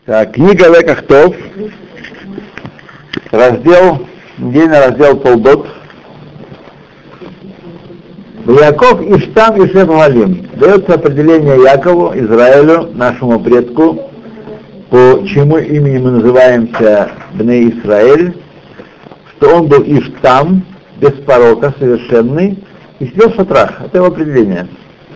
Так, книга Лекахтов, недельный раздел Толдот. Яков Иштам Ишев Галим. Дается определение Якову, Израилю, нашему предку, по чему имени мы называемся Бней Исраэль, что он был Иштам, без порока, совершенный, и сидел в шатрах. Это его определение.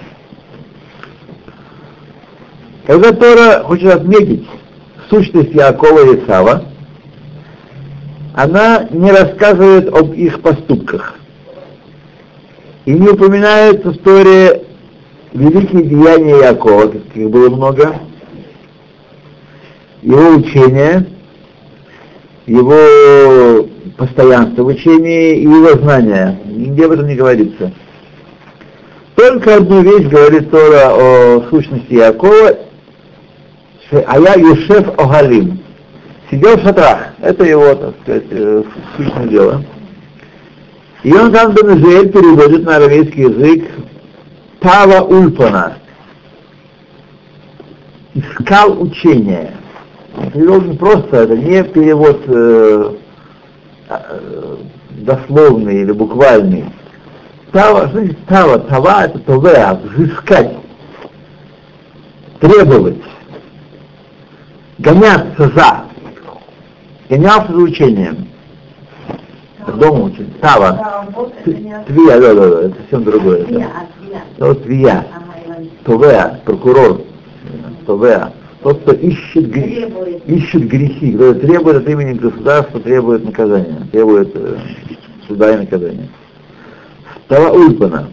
Когда Тора хочет отметить сущность Якова и Исава, она не рассказывает об их поступках. И не упоминает в Торе великие деяния Якова, каких было много, его учения, его постоянство в учении и его знания. Нигде об этом не говорится. Только одну вещь говорит Тора о сущности Якова, а я Юшеф Огалим. Сидел в шатрах. Это его, так сказать, сущное дело. И он там Бен-Израэль переводит на арамейский язык Тава Ульпана. Искал учения. Перевод не просто, это не перевод дословный или буквальный. Тава, что значит Тава? Тава это товеа, взыскать, требовать, гоняться за. Гонялся за учением. Дома учим. Тава. Твия, да, это совсем другое. Вот твия. Товеа, прокурор. Товеа. Тот, кто ищет грехи, кто требует от имени государства, требует наказания, требует суда и наказания. Тава Ульпана.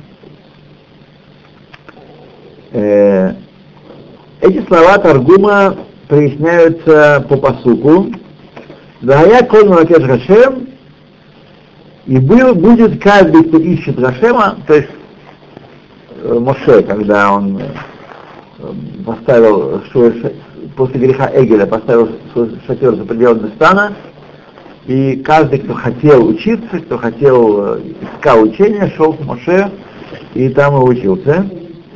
Эти слова Таргума проясняются по пасуку. Вая коль мавакеш Гашем, и будет каждый, кто ищет Гашема, то есть Моше, когда он поставил после греха Эгеля, поставил свой шатер за пределами стана, и каждый, кто хотел учиться, кто хотел, искал учения, шел к Моше, и там и учился.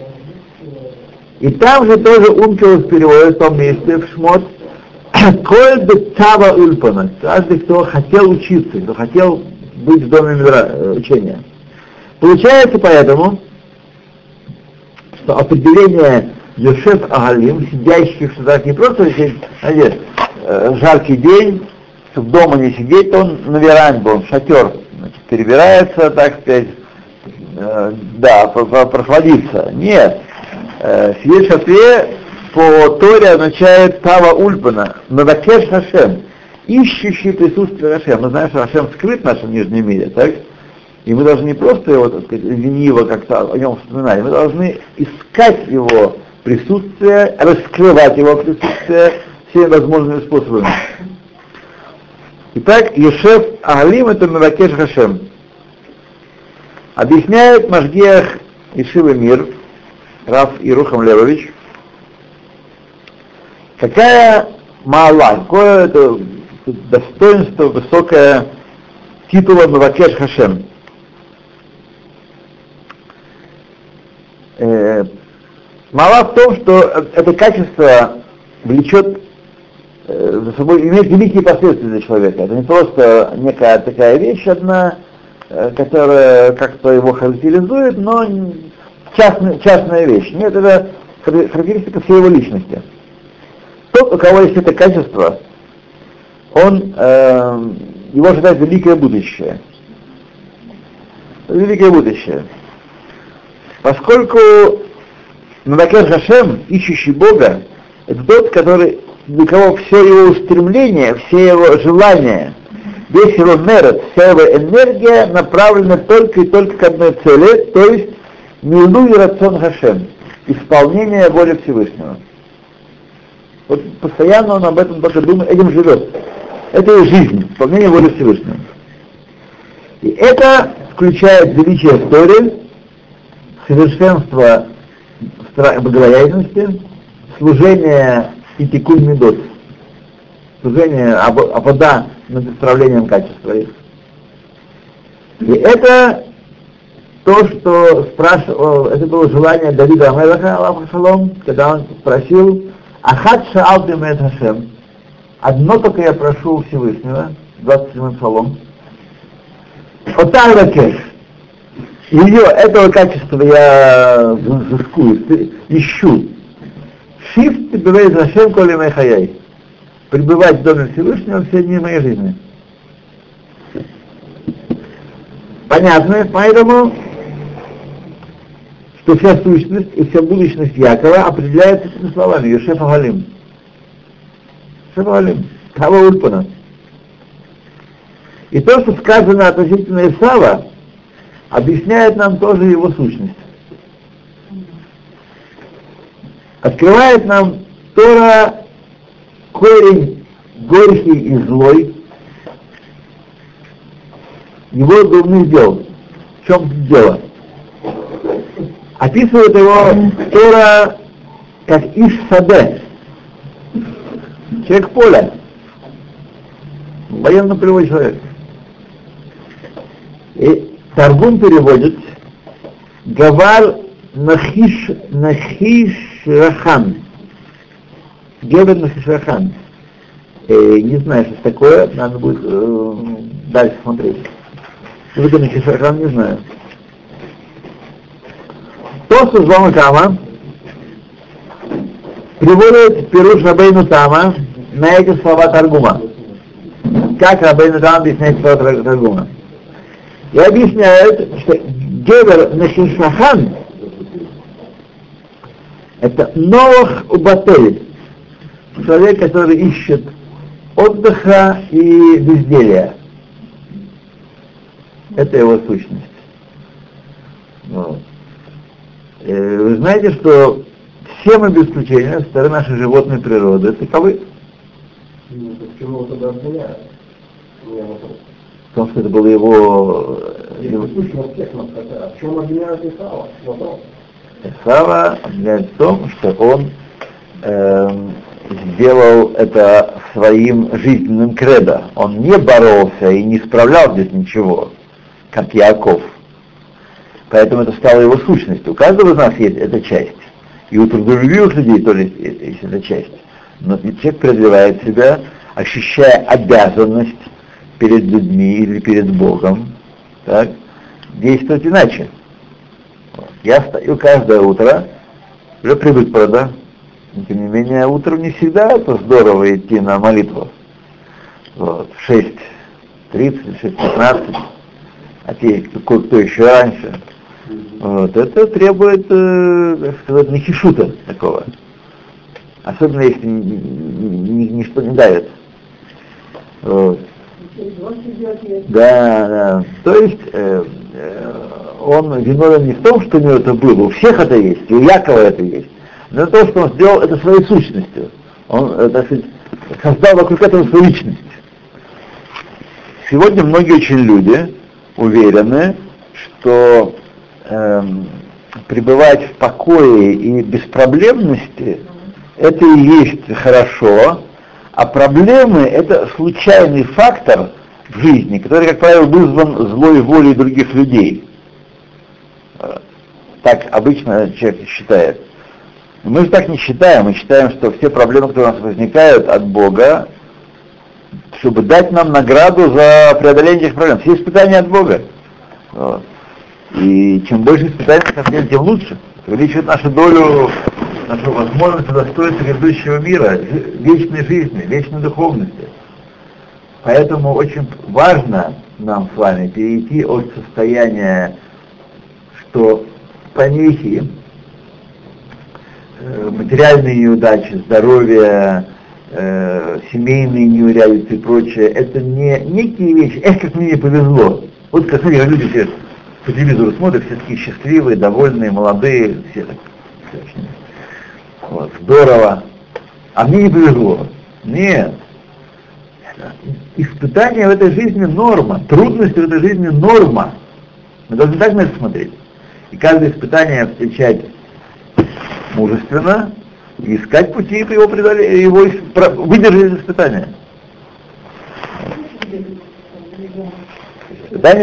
И там же тоже Ункилус переводит в том месте, в Шмот, Коль бетава ульпана, каждый, кто хотел учиться, кто хотел быть в доме учения. Получается поэтому, что определение Йошеф Агалим, сидящих в шатрах, не просто знаете, жаркий день, чтобы дома не сидеть, то он на веранде, он шатер, значит, перебирается, так сказать, прохладиться. Нет, сидеть в шатре по Торе означает Тава Ульпана, Мавакеш Хашем, ищущий присутствие Хашем. Мы знаем, что Хашем скрыт в нашем нижнем мире, так? И мы должны не просто его, так сказать, лениво как-то о нем вспоминать, мы должны искать его присутствие, раскрывать его присутствие всеми возможными способами. Итак, Йошеф Агалим это Мавакеш Хашем. Объясняет Машгиах Ешивы Мир, Рав Ирухам Левович, какая мала, какое это достоинство, высокое титула Мавакеш Хашем. Мала в том, что это качество влечет за собой, имеет великие последствия для человека. Это не просто некая такая вещь одна, которая как-то его характеризует, но частная вещь. Нет, это характеристика всей его личности. Тот, у кого есть это качество, его ожидает великое будущее. Великое будущее. Поскольку Мавакеш Хашем, ищущий Бога, это тот, для кого все его устремления, все его желания, весь его мерет, вся его энергия направлена только и только к одной цели, то есть Милуй Рацон Хашем, исполнение воли Всевышнего. Вот постоянно он об этом только думает, этим живет. Это его жизнь, исполнение воли Всевышнего. И это включает величие Торы, совершенство богобоязненности, служение и тикун медот, служение обода над исправлением качества их. И это то, что спрашивал, это было желание Давида Амелаха, Аллаху шалом, когда он спросил Ахат шаалты мед Хашем. Одно только я прошу у Всевышнего, 27-й псалом. Отар кеш. Ее, этого качества я взыскую, ищу. Шифт бивей Хашем коли мехаяй. Пребывать в доме Всевышнего все дни моей жизни. Понятно, поэтому, что вся сущность и вся будущность Якова определяется этими словами. Йошеф Агалим. Йошеф Агалим. Хава Ульпана. И то, что сказано относительно Исава, объясняет нам тоже его сущность. Открывает нам Тора корень горький и злой его дурных дел. В чем тут дело? Описывает его Тора как Иш-Саде, человек поля, военно-полевой человек. И Таргум переводит Гавар Нахиш Рахан. Гевер Нахишрахан. Не знаю, что это такое, надо будет дальше смотреть. Что такое Нахишрахан, не знаю. То, что Злома Кама приводит Пируш Рабейну Тама на эти слова Таргума. Как Рабейну Тама объясняет слова Таргума? И объясняет, что Гевер Нахишрахан это Ноах Убатель. Человек, который ищет отдыха и безделия. Это его сущность. Вот. Вы знаете, что все мы без исключения, со стороны нашей животной природы, таковы. Почему его тогда обвиняют? В том, что это было его... Сущность всех нас хотят. В чем обвиняют Исава? Вопрос. Исава обвиняет в том, что он сделал это своим жизненным кредо. Он не боролся и не справлял здесь ничего, как Яков. Поэтому это стало его сущностью. У каждого из нас есть эта часть. И у трудолюбивых людей тоже есть эта часть. Но человек преодолевает себя, ощущая обязанность перед людьми или перед Богом, так, действовать иначе. Я встаю каждое утро, уже привык, правда, но тем не менее, утром не всегда это здорово идти на молитву. Вот, в 6:30, 6:15, а те, кто еще раньше. Вот, это требует, так сказать, нехишута такого. Особенно если ничто не давит. Вот. Да. То есть он виновен не в том, что у него это было, у всех это есть, и у Якова это есть, но то, что он сделал это своей сущностью. Он, так сказать, создал вокруг этого свою личность. Сегодня многие очень люди уверены, что пребывать в покое и беспроблемности это и есть хорошо, а проблемы это случайный фактор в жизни, который, как правило, вызван злой волей других людей. Так обычно человек считает. Мы же так не считаем, мы считаем, что все проблемы, которые у нас возникают от Бога, чтобы дать нам награду за преодоление этих проблем. Все испытания от Бога. Вот. И чем больше испытаний мы тем лучше. Увеличивает нашу долю, нашу возможность достоинства грядущего мира, вечной жизни, вечной духовности. Поэтому очень важно нам с вами перейти от состояния, что помехи, материальные неудачи, здоровье, семейные неурядицы и прочее, это не некие вещи, как мне не повезло. Вот, смотрите, люди все по телевизору смотрят, все такие счастливые, довольные, молодые, все так, вот, здорово. А мне не повезло. Нет. Испытания в этой жизни норма, трудности в этой жизни норма. Мы должны так на это смотреть. И каждое испытание встречать мужественно и искать пути его выдержать испытания. Испытание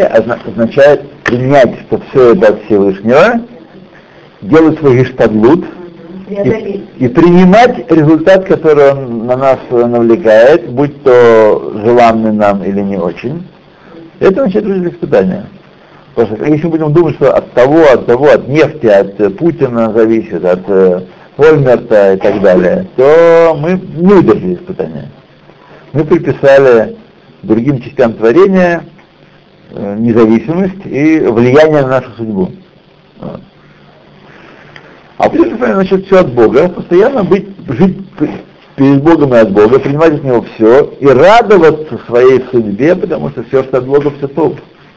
означает принять, что все это от Всевышнего, делать свой гештадлут, и принимать результат, который он на нас навлекает, будь то желанный нам или не очень, это значит испытание. Потому что если мы будем думать, что от нефти, от Путина зависит, от Вольмерта и так далее, то мы не выдержали испытания. Мы приписали другим частям творения независимость и влияние на нашу судьбу. Вот. А прежде значит, все от Бога, постоянно жить перед Богом и от Бога, принимать от Него все и радоваться своей судьбе, потому что все, что от Бога, все топ.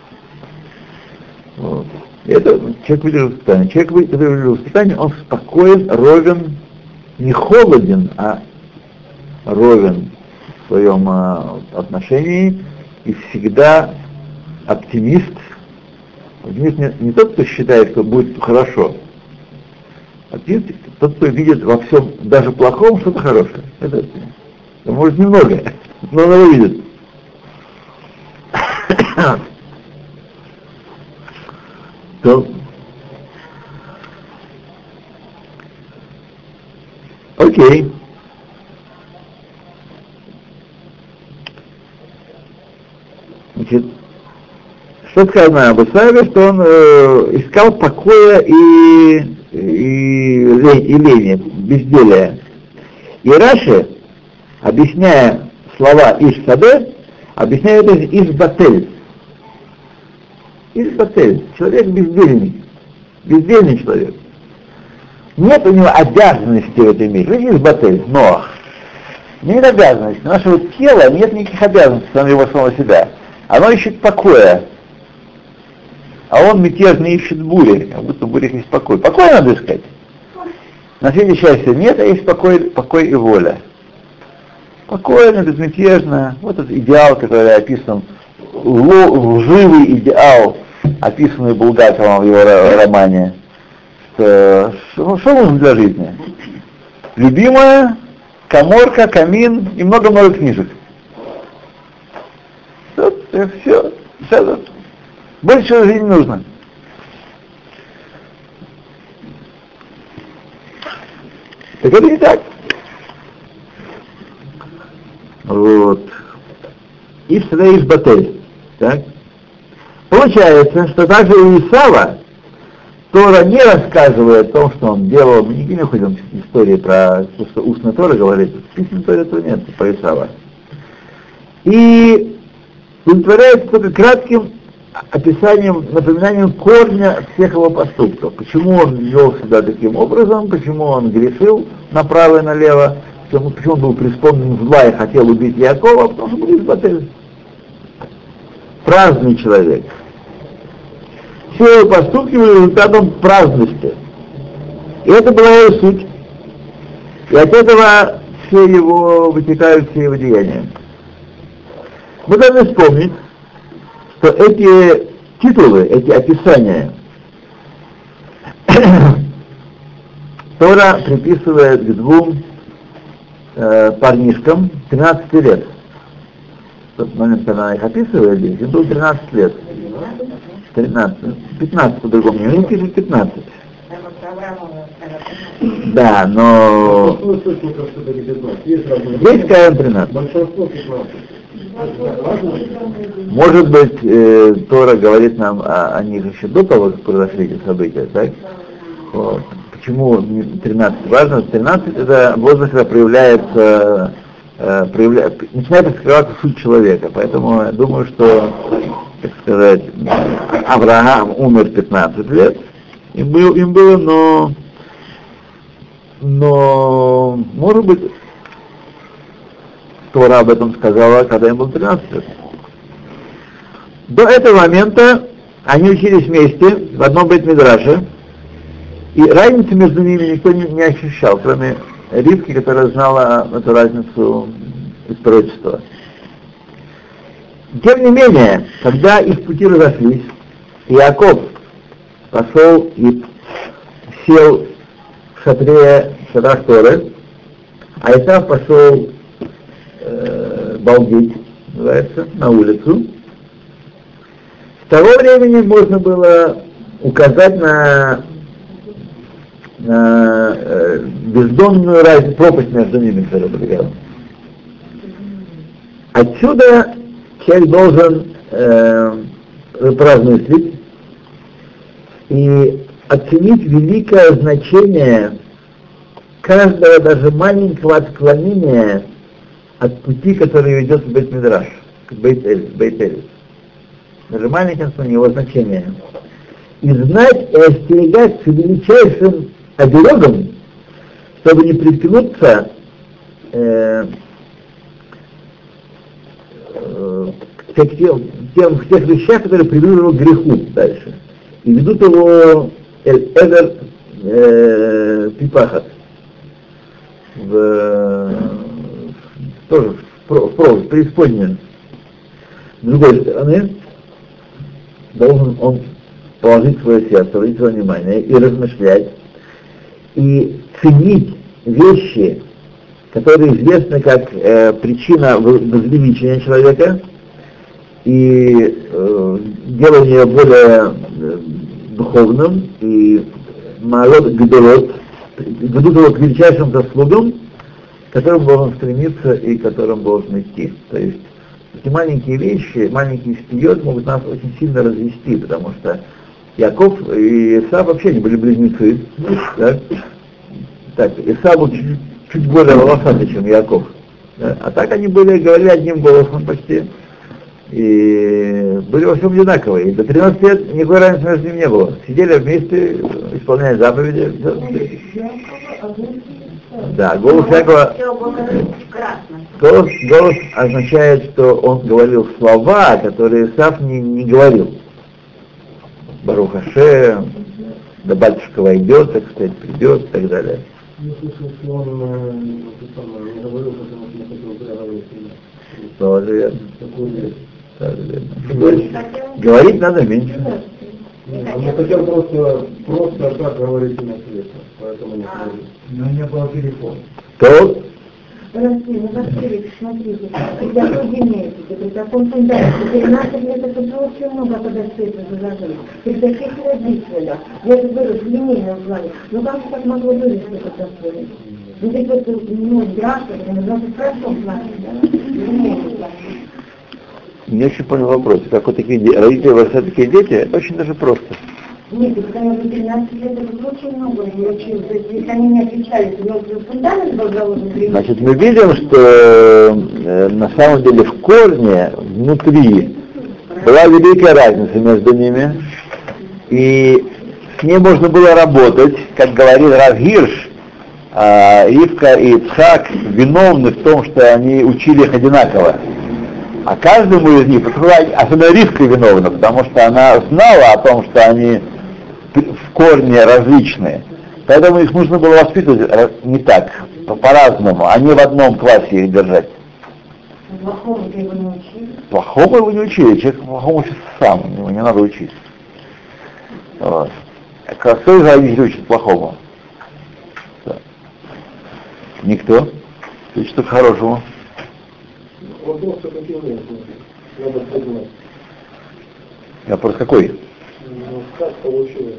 Вот. И это человек выдержал испытание. Человек выдержал испытание, он спокоен, ровен, не холоден, а ровен в своем отношении и всегда оптимист. Оптимист не тот, кто считает, что будет хорошо. Оптимист тот, кто видит во всем, даже плохом, что-то хорошее. Это оптимист. Может немного, но он его видит. То. Окей. Значит, что сказано об Исааве, что он искал покоя и лени, безделия. И Раши, объясняя слова Иш-Саде, объясняет это Иш-Батель. Иш-Батель, человек бездельный человек. Нет у него обязанности в этом мире. Иш-Батель, но нет обязанностей. У нашего тела нет никаких обязанностей самого себя. Оно ищет покоя. А он мятежно ищет бури, как будто в бурях есть покой. Покой надо искать. На свете счастья нет, а есть покой и воля. Спокойно, безмятежно. Вот этот идеал, который описан, лживый идеал, описанный Булгаковым в его романе. Что нужно для жизни? Любимая, каморка, камин и много-много книжек. Вот, все. Больше в жизни не нужно. Так это не так. Вот. Иш Батель. Так? Получается, что также у Исава Тора не рассказывает о том, что он делал, мы не ходим в истории про то, что устная Тора говорит, в письменной Торе этого нет, про Исава. И удовлетворяется только кратким описанием, напоминанием корня всех его поступков. Почему он вел себя таким образом, почему он грешил направо и налево, почему он был преисполнен зла и хотел убить Якова, потому что был Иш-Батель. Праздный человек. Все его поступки были результатом праздности. И это была его суть. И от этого все его вытекают, все его деяния. Мы должны вспомнить, что эти титулы, эти описания Тора приписывает к двум парнишкам 13 лет. В тот момент, когда она их описывает здесь, им было 13 лет. 15 по-другому, они пишут 15. Да, но здесь, скажем, 13. Может быть, Тора говорит нам о них еще до того, как произошли эти события, так? Вот. Почему 13 важно? 13 это возраст, когда проявляется, начинает раскрываться суть человека. Поэтому я думаю, что, так сказать, Авраам умер 15 лет, им было, но может быть, Тора об этом сказала, когда им было 13 лет. До этого момента они учились вместе в одном бейт-мидраше, и разницы между ними никто не ощущал, кроме Ривки, которая знала эту разницу из пророчества. Тем не менее, когда их пути разошлись, Иаков пошел и сел в шатре Торы, а Исав пошел балдеть, называется, на улицу. С того времени можно было указать на бездонную пропасть между ними, которая была. Отсюда человек должен поразмыслить и оценить великое значение каждого даже маленького отклонения от пути, который ведет в Бейт-Мидраш, к Бейт-Эль. Даже маленькое отклонение, его значение. И знать и остерегаться величайшим оберегом, чтобы не приткнуться в тех вещах, которые приведут его к греху дальше. И ведут его эль-эвер пипахат. Тоже в преисподнюю. С другой стороны, должен он положить свое сердце, положить свое внимание и размышлять, и ценить вещи, которые известны как причина возвеличения человека и делания более духовным, и маалот гдолот, ведут его к величайшим заслугам, к которым должен стремиться и к которым должен идти. То есть эти маленькие вещи, маленькие стиот могут нас очень сильно развести, потому что Яков и Исав вообще не были близнецы. Да? Так, Исав был чуть более волосатый, чем Яков. Да? А так они говорили одним голосом почти. И были во всем одинаковые. И до 13 лет никакой разницы между ними не было. Сидели вместе, исполняя заповеди. Да, голос Якова. Голос означает, что он говорил слова, которые Исав не говорил. Барух Ашем, да батюшка войдет, так сказать, придет и так далее. Тоже верно. Говорить надо меньше. Мы хотим просто так говорить на свете, поэтому не говорим. Но не было телефона. То? Смотрите, когда вы имеете, при таком фундаменте, 13 лет это же очень много, когда все это заложили. При таких родителях, я же вырос в линейном плане, ну как же так могло вырасти это такое? Ну ведь вот, здравствуйте, но в хорошем плане, да? В линейном плане. Не очень понял вопрос. Как вот такие родители вырастают такие дети, это очень даже просто. Нет, когда я в 13 лет, это очень много не училось. То есть, если они не отвечали, то фундамент был заложен. Значит, мы видим, что на самом деле в корне, внутри, была великая разница между ними, и с ней можно было работать, как говорит Рав Гирш, Ривка и Ицхак виновны в том, что они учили их одинаково. А каждому из них, особенно Ривка виновна, потому что она знала о том, что они в корне различные. Поэтому их нужно было воспитывать не так, по-разному, а не в одном классе их держать. Плохому его не учили? Плохому его не учили, человек плохому учится сам, ему не надо учить. Вот. Кто из родителей учит плохому? Да. Никто. Учит только хорошему. Вопрос какие надо подумать. Вопрос какой? Как получилось?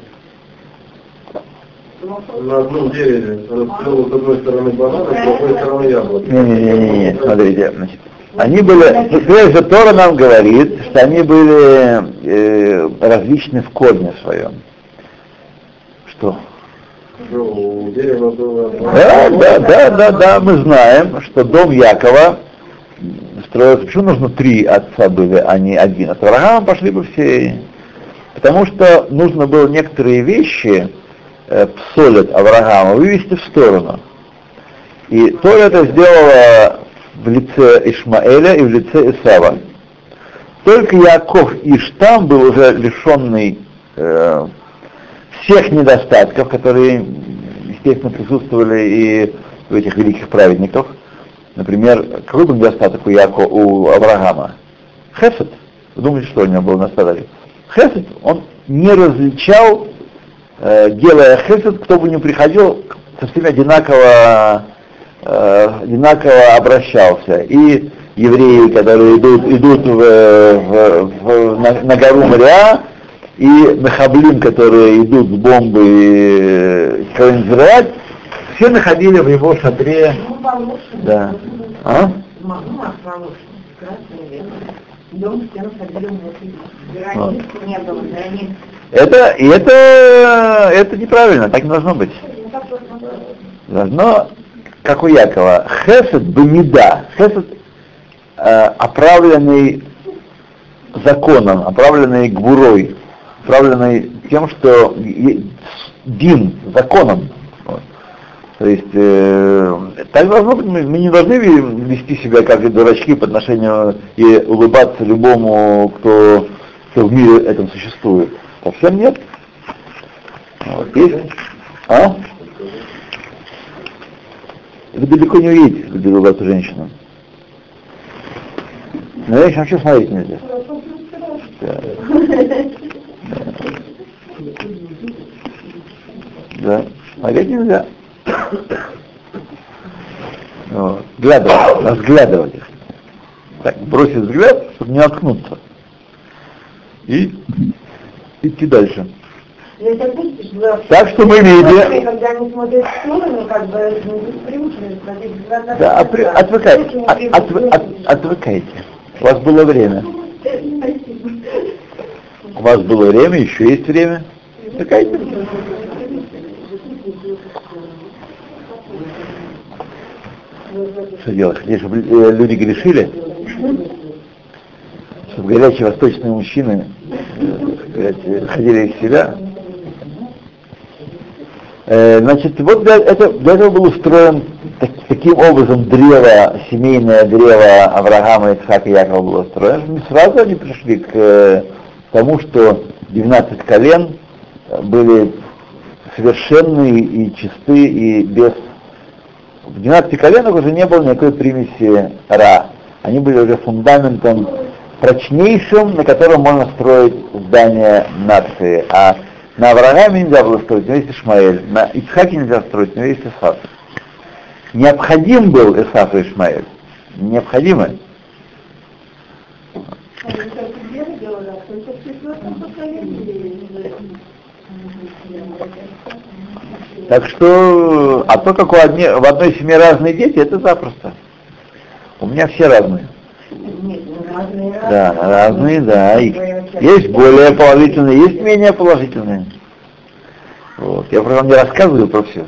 На одном дереве расцвело с одной стороны банан, а с другой стороны яблоко. Не, смотрите, значит, они были, прежде Тора нам говорит, что они были различны в корне своем. Что? У дерева было... Да, мы знаем, что дом Якова строился, почему нужно 3 отца были, а не 1? От Авраама пошли бы все. Потому что нужно было некоторые вещи, псолят Авраама, вывести в сторону. И Тора это сделала в лице Ишмаэля и в лице Исава. Только Яков Иштам был уже лишенный всех недостатков, которые, естественно, присутствовали и у этих великих праведников. Например, какой был недостаток у Авраама? Хесед. Вы думаете, что у него был недостаток? Хесед, он не различал, делая хесед, кто бы ни приходил, со всеми одинаково обращался. И евреи, которые идут на гору Мориа, и мехаблим, которые идут с бомбы кого-нибудь взрывать, все находили в его шатре. Да. А? Это неправильно, так не должно быть. Должно, как у Якова, хесед бемида, хесед оправленный законом, оправленный гвурой, оправленный тем, что дин, законом. Вот. То есть так должно быть, мы не должны вести себя как дурачки по отношению и улыбаться любому, кто в мире этом существует. Совсем нет. Вот. Есть? А? Вы далеко не увидите, когда улыбаться женщину. На женщин вообще смотреть нельзя. Да. Смотреть нельзя. Вот. Разглядывать их. Так, бросить взгляд, чтобы не наткнуться. И идти дальше. Так что мы видим. Когда они смотрят в сторону, как бы приучены смотреть взгляд на Да, отвыкайте. У вас было время. У вас было время, еще есть время. Отвыкайте. Что делать? Хотите, чтобы люди грешили? Чтобы горячие восточные мужчины ходили из себя? Значит, вот для этого был устроен таким образом семейное древо Авраама, Ицхака и Якова было устроено. Не сразу они пришли к тому, что 12 колен были совершенные и чисты, и без... В 12 коленах уже не было никакой примеси ра. Они были уже фундаментом прочнейшим, на котором можно строить здание нации. А на Аврааме нельзя было строить, у него есть Ишмаэль. На Ицхаке нельзя строить, у него есть Исав. Необходим был Исав и Ишмаэль. Необходимы. Так что, а то, как в одной семье разные дети, это запросто. У меня все разные. Да, разные, да. Есть более положительные, есть менее положительные. Вот. Я про вам не рассказываю про все.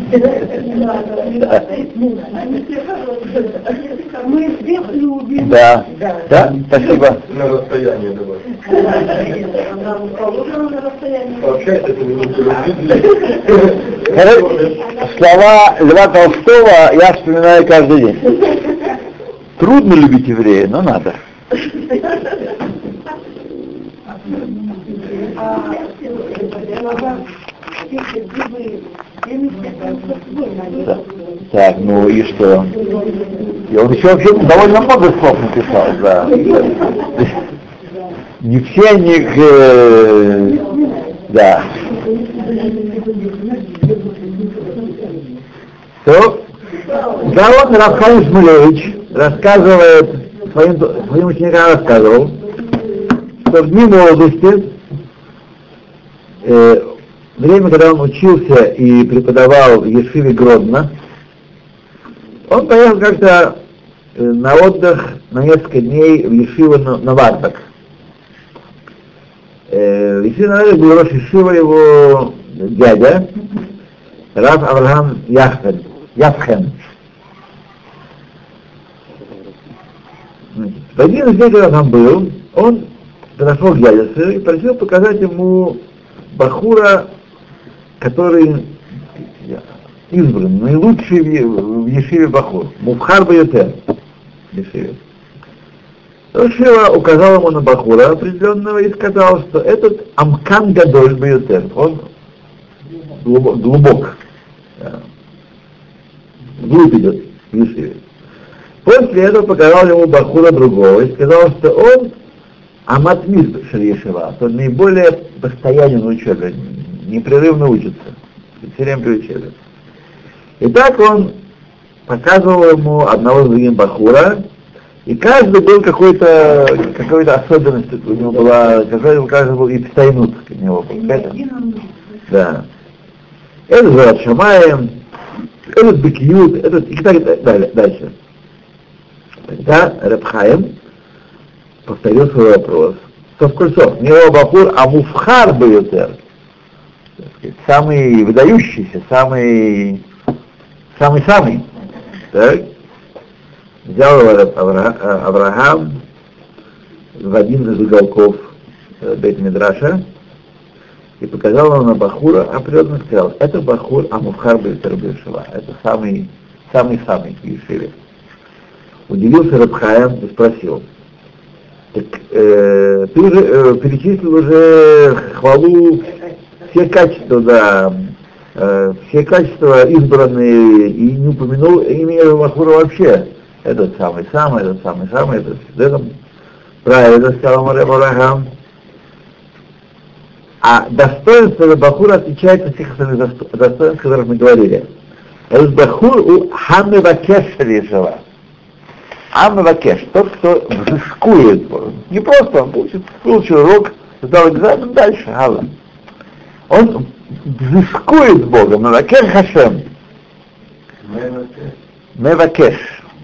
Мы всех любим. Да, да, спасибо. На расстоянии давай. Пообщайся, это минуту Слова Льва Толстого я вспоминаю каждый день. Трудно любить еврея, но надо. Да. Так, ну и что? И он еще вообще довольно много слов написал, да. Не все они, да. То, да, вот Рафхаим Шмулевич рассказывает, своим ученикам рассказывал, что в дни молодости, время, когда он учился и преподавал в Ешиве Гродно, он поехал как-то на отдых на несколько дней в Ешиву на Вардак. В Ешиве на Вардак был Рош Ешива его дядя, Рав Авраам Яфхен. В один из дней, когда он там был, он подошел к дяде и просил показать ему бахура, который избран, наилучший в Ешиве бахур, Мубхар Баютер в Ешиве. Шива указал ему на бахура определенного и сказал, что этот Амкан Гадоль Баютер, он глубок, вглубь идет в Ешиве. После этого показал ему бахура другого и сказал, что он Аматмис Шельешева, он наиболее постоянен в учебе, непрерывно учится, все время при учебе. И так он показывал ему одного с другим бахура, И каждый был какой-то особенность у него была, каждый был и пстайнут у него. Да. Этот Зоат Шамаем, этот Бекьют, этот и так далее. Дальше. Тогда Реб Хаим повторил свой вопрос. Сов кольцов, не Бахур, а Муфхар Бьютер. Самый выдающийся, самый. Так? Взял Авраам в один из уголков Бейт-Мидраша и показал ему на Бахура, определенно сказал, это Бахур Амуфхар Бьютер Бьешева. Это самый в Ешиве. Удивился Реб Хаим и спросил, так ты уже перечислил уже хвалу, все качества, да, все качества избранные, и не упомянул имя Бахура вообще. Этот самый, это правильно сказал Реб Авраам. А достоинство Бахура отличается от всех остальных достоинств, о которых мы говорили. Этот Бахур у Хаммевакеш Решева. Хаммевакеш, тот, кто взыскует. Не просто он получил урок, сдал экзамен, дальше, Алла. Он взыскует Бога, Мевакеш Хашем. Мевакеш.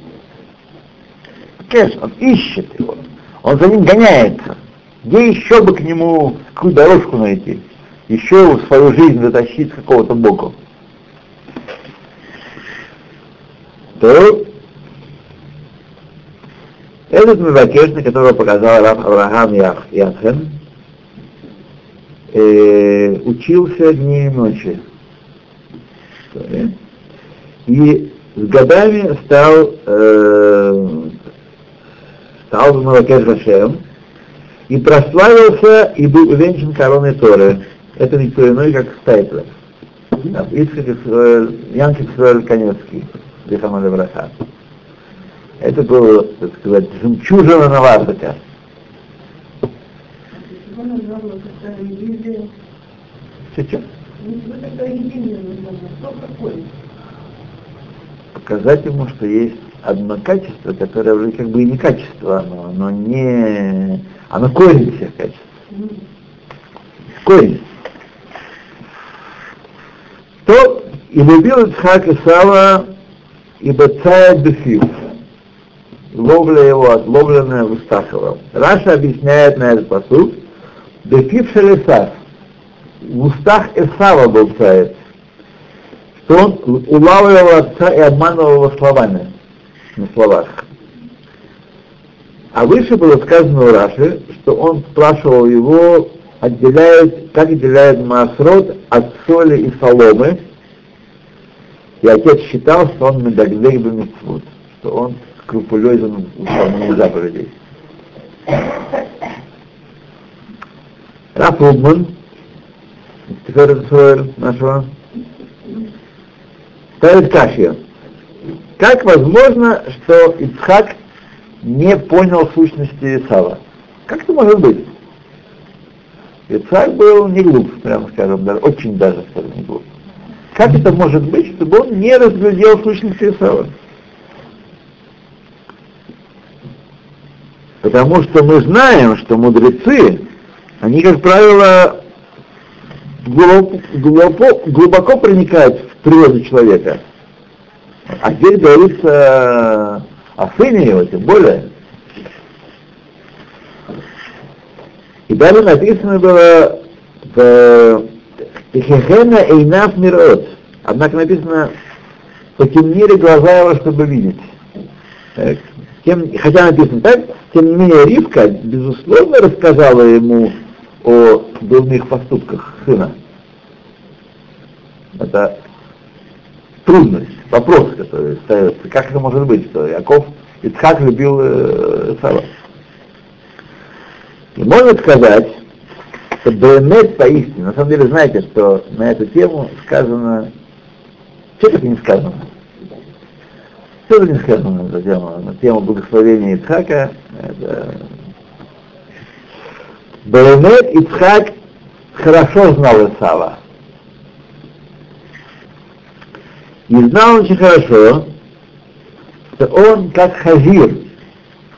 Кеш, он ищет его, он за ним гоняется. Где еще бы к нему какую дорожку найти? Еще в свою жизнь затащить с какого-то боку. То этот Мевакеш, на которого показал Рав Авраам Яхен, учился дни и ночи. И с годами стал Мевакеш Хашем и прославился и был увенчан короной Торы. Это никто иной, как Стайплер. Янкив Исраэль Каневский, Зихану левраха. Это было, так сказать, жемчужина Навардака. Сейчас. Показать ему, что есть одно качество, которое вроде как бы и не качество, но не... Оно корень всех качеств. Корень. То и любил Ицхак Исава, ибо царь Бефив. Ловля его отловленная в устах его. Раша объясняет на этот посуд, Бефив Шелесав. В устах Исава был царь, что он улавливал отца и обманывал его словами, на словах. А выше было сказано у Раши, что он спрашивал его, как отделяет маасрот от соли и соломы, и отец считал, что он медагдей б'мицвот, что он скрупулезен в выполнении заповедей. Рав Рубман, Тиферет Исраэль нашего, ставит кашью. Как возможно, что Ицхак не понял сущности Исава? Как это может быть? Ицхак был не глуп, прямо скажем, даже, очень даже, скажем, не глуп. Как это может быть, чтобы он не разглядел сущности Исава? Потому что мы знаем, что мудрецы, они, как правило, глубоко проникают в природу человека. А здесь говорится о сыне его, тем более. И далее написано было в Эхехена Эйнаф Мирот. Однако написано, потемнели глаза его, чтобы видеть. Так. Хотя написано так, тем не менее Ривка, безусловно, рассказала ему о дурных поступках сына. Это трудность, вопрос, который ставится. Как это может быть, что Ицхак любил Исава? И можно сказать, что Беэмет поистине, на самом деле, знаете, что на эту тему сказано, что так не сказано? Что не сказано на эту тему? На тему благословения Ицхака. Беэмет Ицхак хорошо знал Исава. И знал очень хорошо, что он как хазир,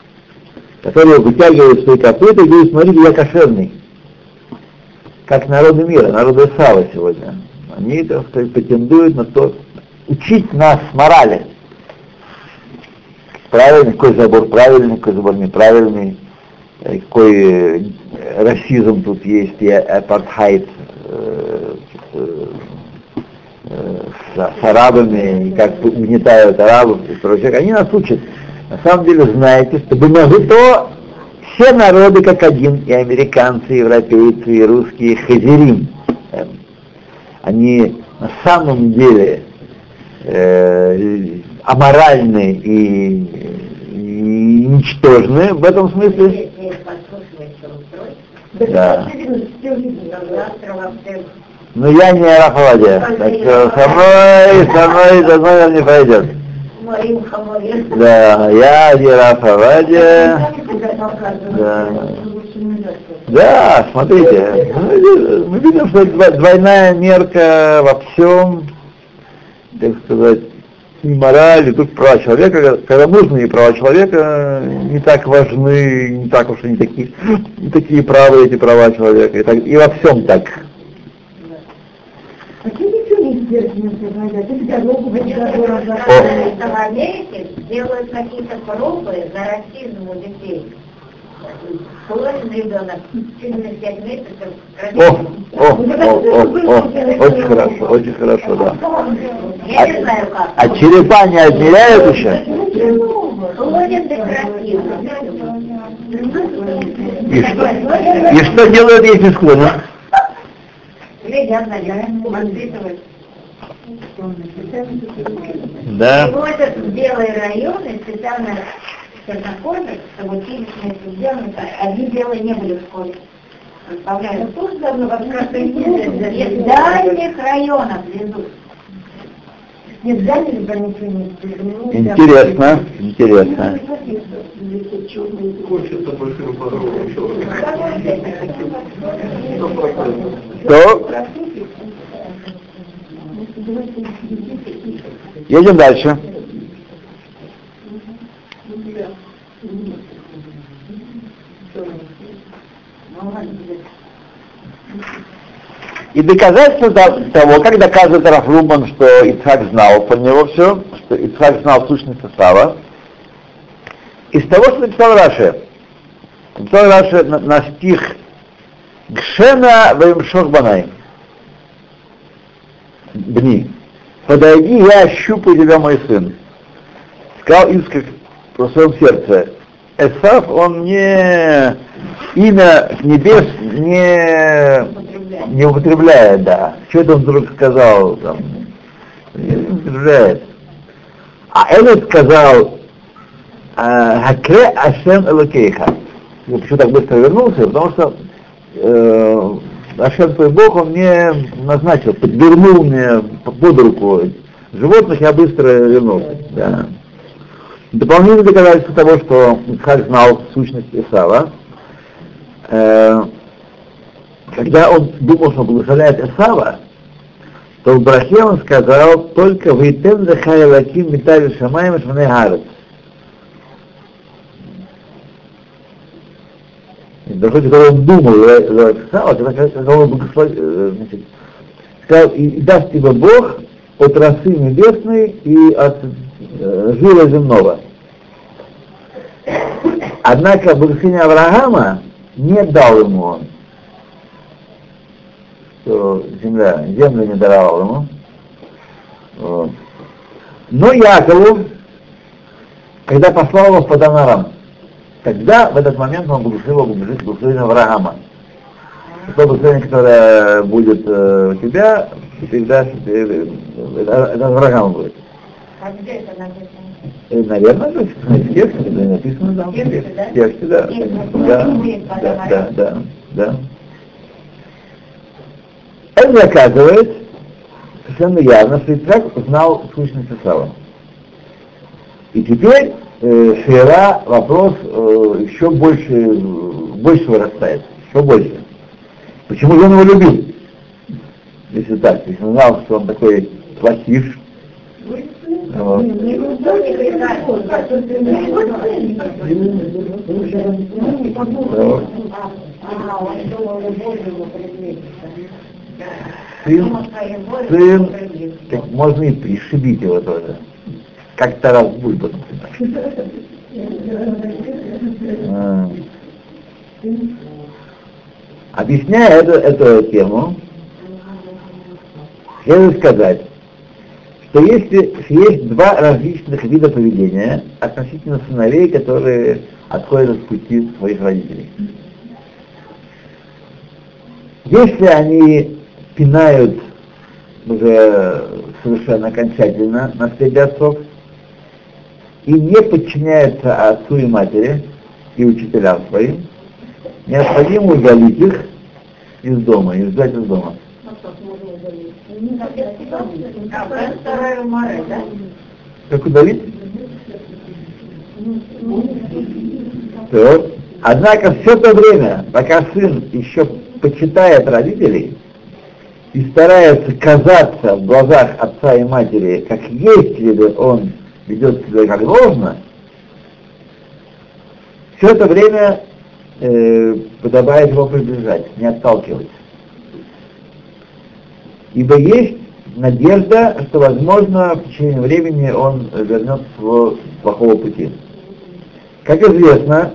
которые вытягивают свои копыта и говорят, смотрите, я кошерный. Как народы мира, народы Исава сегодня. Они, так сказать, претендуют на то, учить нас морали. Правильный, какой забор правильный, какой забор неправильный, какой расизм тут есть, и апартхайд с арабами, и как угнетают арабов и прочее. Они нас учат. На самом деле, знаете, чтобы то все народы как один, и американцы, и европейцы, и русские, и хазирим, они на самом деле аморальны и ничтожны в этом смысле. Да. Но я не Рафавадия, так что со мной он не пойдет. Да, я не Рафавадия. Да, смотрите, мы видим, что двойная мерка во всем, так сказать, и мораль, и тут права человека, когда нужны и права человека не так важны, не так уж и не такие правы эти права человека, и во всем так. Почему ничего не сделать нельзя? В Америке делают какие-то пробы за расизм у детей. Сложный ребенок, чуть на 5 месяцев. Очень хорошо, да. Я не знаю как. А черепа не отмеряют еще? Сложен декоративно. И что делают, если склонен? Глядят, наверное, воспитывают. Да. И вот в белые районы специально чернокожих, чтобы физичные сделаны, одни белые не были в школе. Представляю, тоже давно в дальних районах везут. Нет, дальше ничего не Интересно. Хочется большим подробным. Что? Едем дальше. И доказательство того, как доказывает Рав Рубан, что Ицхак знал про него все, что Ицхак знал сущность Исава, из того, что написал Раши. Написал Раши на стих Гшена ваимшох банай. Бни. Подойди, я ощупаю тебя, мой сын. Сказал Ицхак про своем сердце. Эсав, он не имя небес не употребляет, да. Что это он вдруг сказал там? Не употребляет. А этот сказал Хакре Ашем Элокейха. Почему так быстро вернулся? Потому что Ашем твой Бог, он мне назначил, подвернул мне под руку животных, я быстро вернулся. Да. Дополнительное доказательство того, что Ицхак знал сущность Исава, когда он думал, что благословляет Исава, то в брахе он сказал только «Вейтен лехай элоким митави шамаим шманей гарец». Даже когда он думал за Исава, когда он благословил, сказал «И даст тебе Бог от росы небесной и от жира земного». Однако благословение Авраама не дал ему он, что землю не даровал ему. Вот. Но Якову, когда послал его в Падан Арам, тогда в этот момент он благословил благословение Авраама. То благословение, которое будет у тебя, всегда это Авраам будет. А где это написано? Наверное, в тексте написано там. В тексте, да. Это доказывает совершенно явно, что Ицхак знал сущность Исава. И теперь шира вопрос еще больше вырастает, еще больше. Почему же он его любил? Если так, если он знал, что он такой плохиш. Вот. Сын, так можно и пришибить его тоже. Как Тарас Бульба, например. Объясняя эту тему, следует сказать, что если есть два различных вида поведения относительно сыновей, которые отходят от пути своих родителей. Если они пинают уже совершенно окончательно наследие отцов и не подчиняются отцу и матери и учителям своим, необходимо удалить их из дома, изгнать из дома. Как удалить? То. Однако все то время, пока сын еще почитает родителей и старается казаться в глазах отца и матери, как если он ведет себя как должно, все это время подобает его приближать, не отталкивать. Ибо есть надежда, что, возможно, в течение времени он вернется с своего плохого пути. Как известно,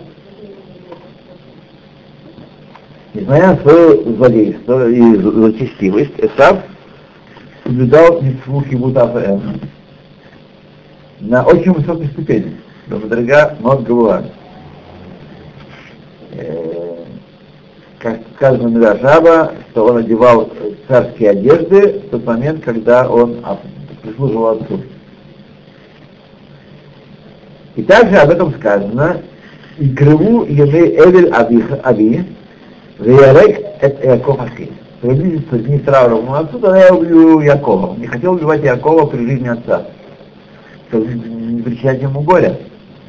несмотря на свое злодейство и злочестивость, Эсав соблюдал мицву кибут ав на очень высокой ступени, до Мадрига Мот Гавуа. Как сказано в Мидраш Раба, что он одевал царские одежды в тот момент, когда он прислуживал отцу. И также об этом сказано: «И крыву ены Эвель Ави, веярек эт Яков Ахи». Приблизится дни траура моему отцу, тогда я убью Якова. Не хотел убивать Якова при жизни отца, чтобы не причинять ему горя.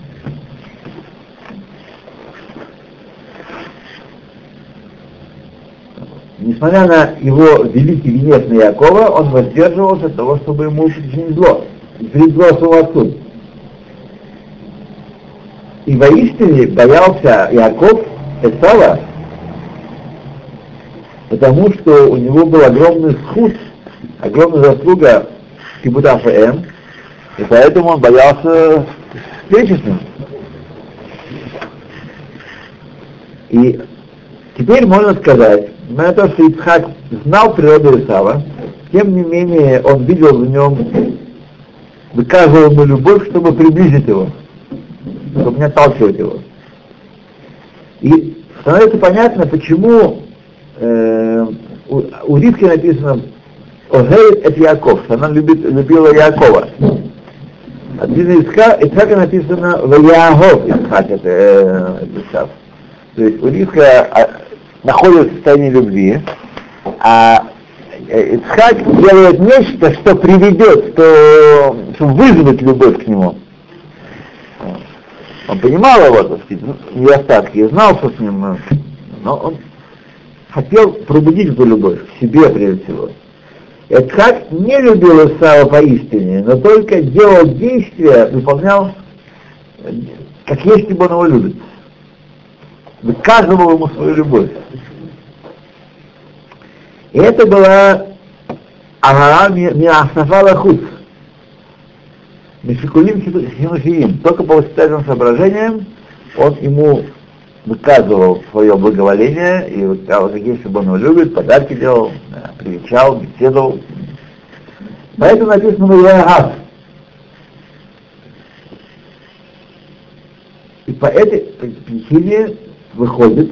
Несмотря на его великий гнев на Якова, он воздерживался от того, чтобы ему причинить зло, своему отцу. И воистине боялся Яков Эсава, потому что у него был огромный схуд, огромная заслуга кибут ав, и поэтому он боялся встречи с ним. И теперь можно сказать, на то, что Ицхак знал природу Исава, тем не менее он видел в нем, выказывал ему любовь, чтобы приблизить его, чтобы не отталкивать его. И становится понятно, почему у Ривки написано «Огеет эт Яков», что она любила Якова. От Ицхака написано «Ваяагов Ицхак», это Исав. То есть у Ривка находится в состоянии любви, а Ицхак делает нечто, что приведет, что вызовет любовь к нему. Он понимал его, так сказать, недостатки, и знал, что с ним, но он хотел пробудить эту любовь к себе прежде всего. Ицхак не любил Исава поистине, но только делал действия, выполнял, как если бы он его любит. Выказывал ему свою любовь. И это была Агара Миаснафала Худ. Мишикулим Хинухиим. Только по воспитательным соображениям он ему выказывал свое благоволение и выказывал, как если бы он его любит, подарки делал, привечал, беседовал. Поэтому написано «Ваяагав». И по этой причине выходит,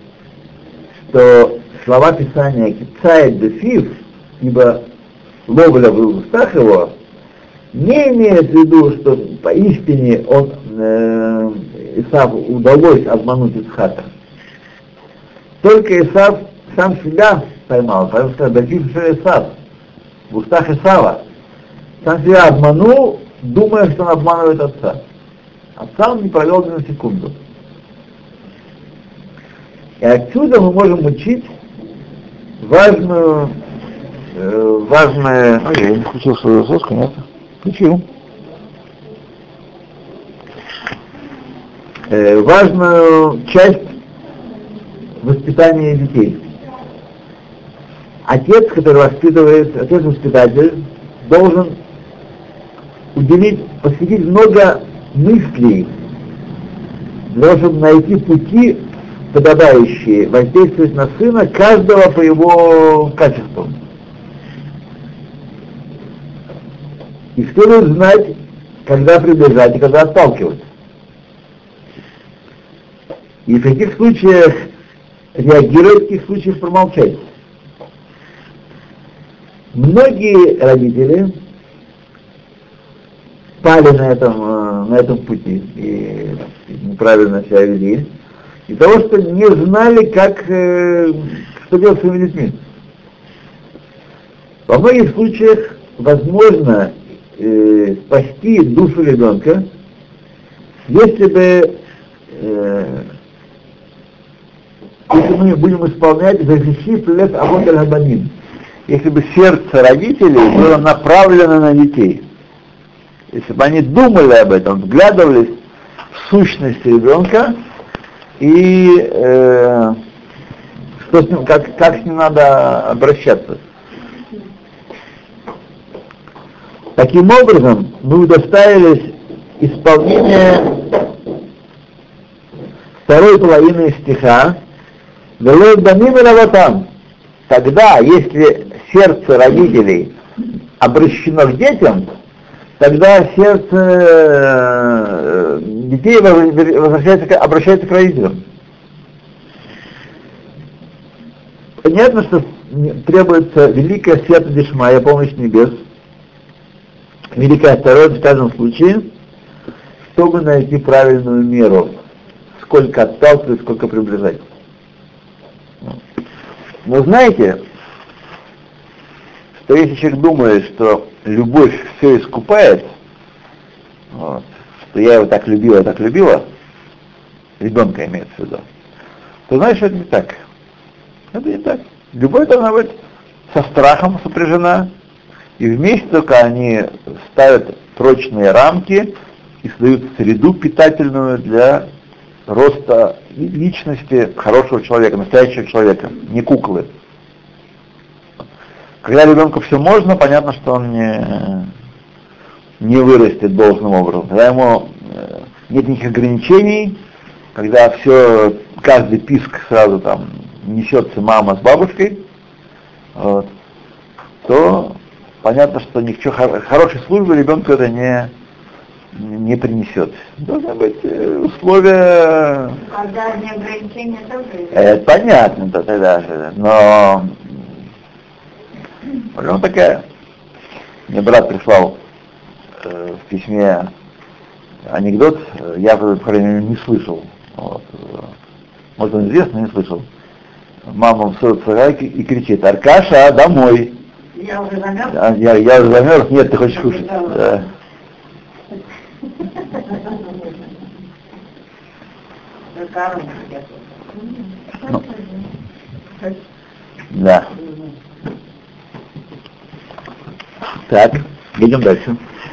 что слова Писания «Кицает бефив», ибо ловля в устах его, не имеет в виду, что поистине Исав удалось обмануть Ицхака. Только Исав сам себя поймал, потому что бефив что Исав, в устах Исава. Сам себя обманул, думая, что он обманывает отца. Отца он не провел ни на секунду. И отсюда мы можем учить важную, я не включил свою соску, нет? Включил. Важную часть воспитание детей. Отец, который воспитывает, отец-воспитатель, должен посвятить много мыслей для того, чтобы найти пути, подобающие воздействовать на сына, каждого по его качеству. И следует знать, когда приближать и когда отталкивать. И в каких случаях реагировать, в каких случаях промолчать. Многие родители пали на этом пути и неправильно себя вели, из-за того, что не знали, что делать с своими детьми. Во многих случаях возможно спасти душу ребенка, если мы будем исполнять «Захищи плес авот аль-хабаним», если бы сердце родителей было направлено на детей. Если бы они думали об этом, вглядывались в сущность ребенка и что с ним, как с ним надо обращаться. Таким образом, мы удостоились исполнения второй половины стиха «Велой баним и равотам». Тогда, если сердце родителей обращено к детям, тогда сердце детей обращается к родителям. Понятно, что требуется великая свято дишмая, помощь небес, великая осторожность в каждом случае, чтобы найти правильную меру, сколько отталкивать, сколько приближать. Но знаете, что если человек думает, что любовь все искупает, что я его так любила, ребенка имеется в виду, то знаешь, что это не так. Это не так. Любовь должна быть со страхом сопряжена, и вместе только они ставят прочные рамки и создают среду питательную для роста личности хорошего человека, настоящего человека, не куклы. Когда ребенку все можно, понятно, что он не вырастет должным образом. Когда ему нет никаких ограничений, когда каждый писк сразу там несется мама с бабушкой, то понятно, что ничего хорошей службы ребенку это не принесет. Должны быть условия. Когда не ограничения тоже. Это понятно, тогда, но проблема такая. Мне брат прислал в письме анекдот, я, по крайней мере, не слышал. Может, он известно, не слышал. Мама встает в сарайке и кричит: «Аркаша, домой!» Я уже замерз? Я уже замерз? Нет, ты хочешь кушать? Да. Ну, да. Так, идем дальше.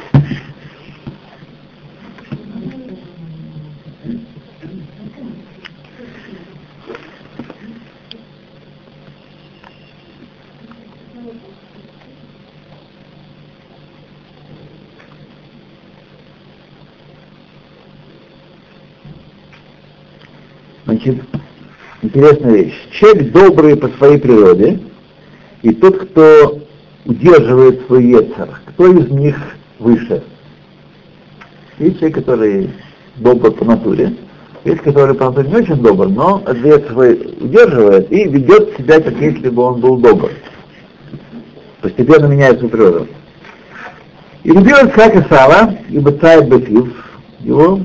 Значит, интересная вещь. Человек добрый по своей природе, и тот, кто удерживает свой йецер, кто из них выше? Есть человек, который добр по натуре, есть, который по натуре не очень добр, но йецер свой удерживает и ведет себя, как если бы он был добр. Постепенно меняет свою природу. И любил Ицхак Исава, ибо царь Бефив, его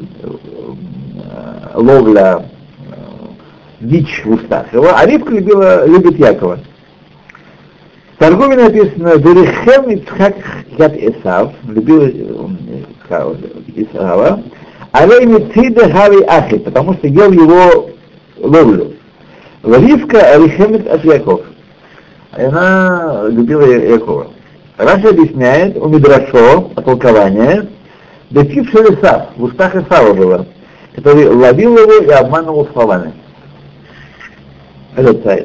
ловля дичь в устах его, а Ривка любит Якова. В торгове написано: «Верихем Ицхак яд Исав», любил Исава, «Алей митцида хави ахи», потому что ел его ловлю. Ривка Рихемит от Яков, она любила Якова. Раша объясняет у Мидрашо, от толкования, «Бефив шел Исав», в устах Исава было, который ловил его и обманывал словами. этот сайт.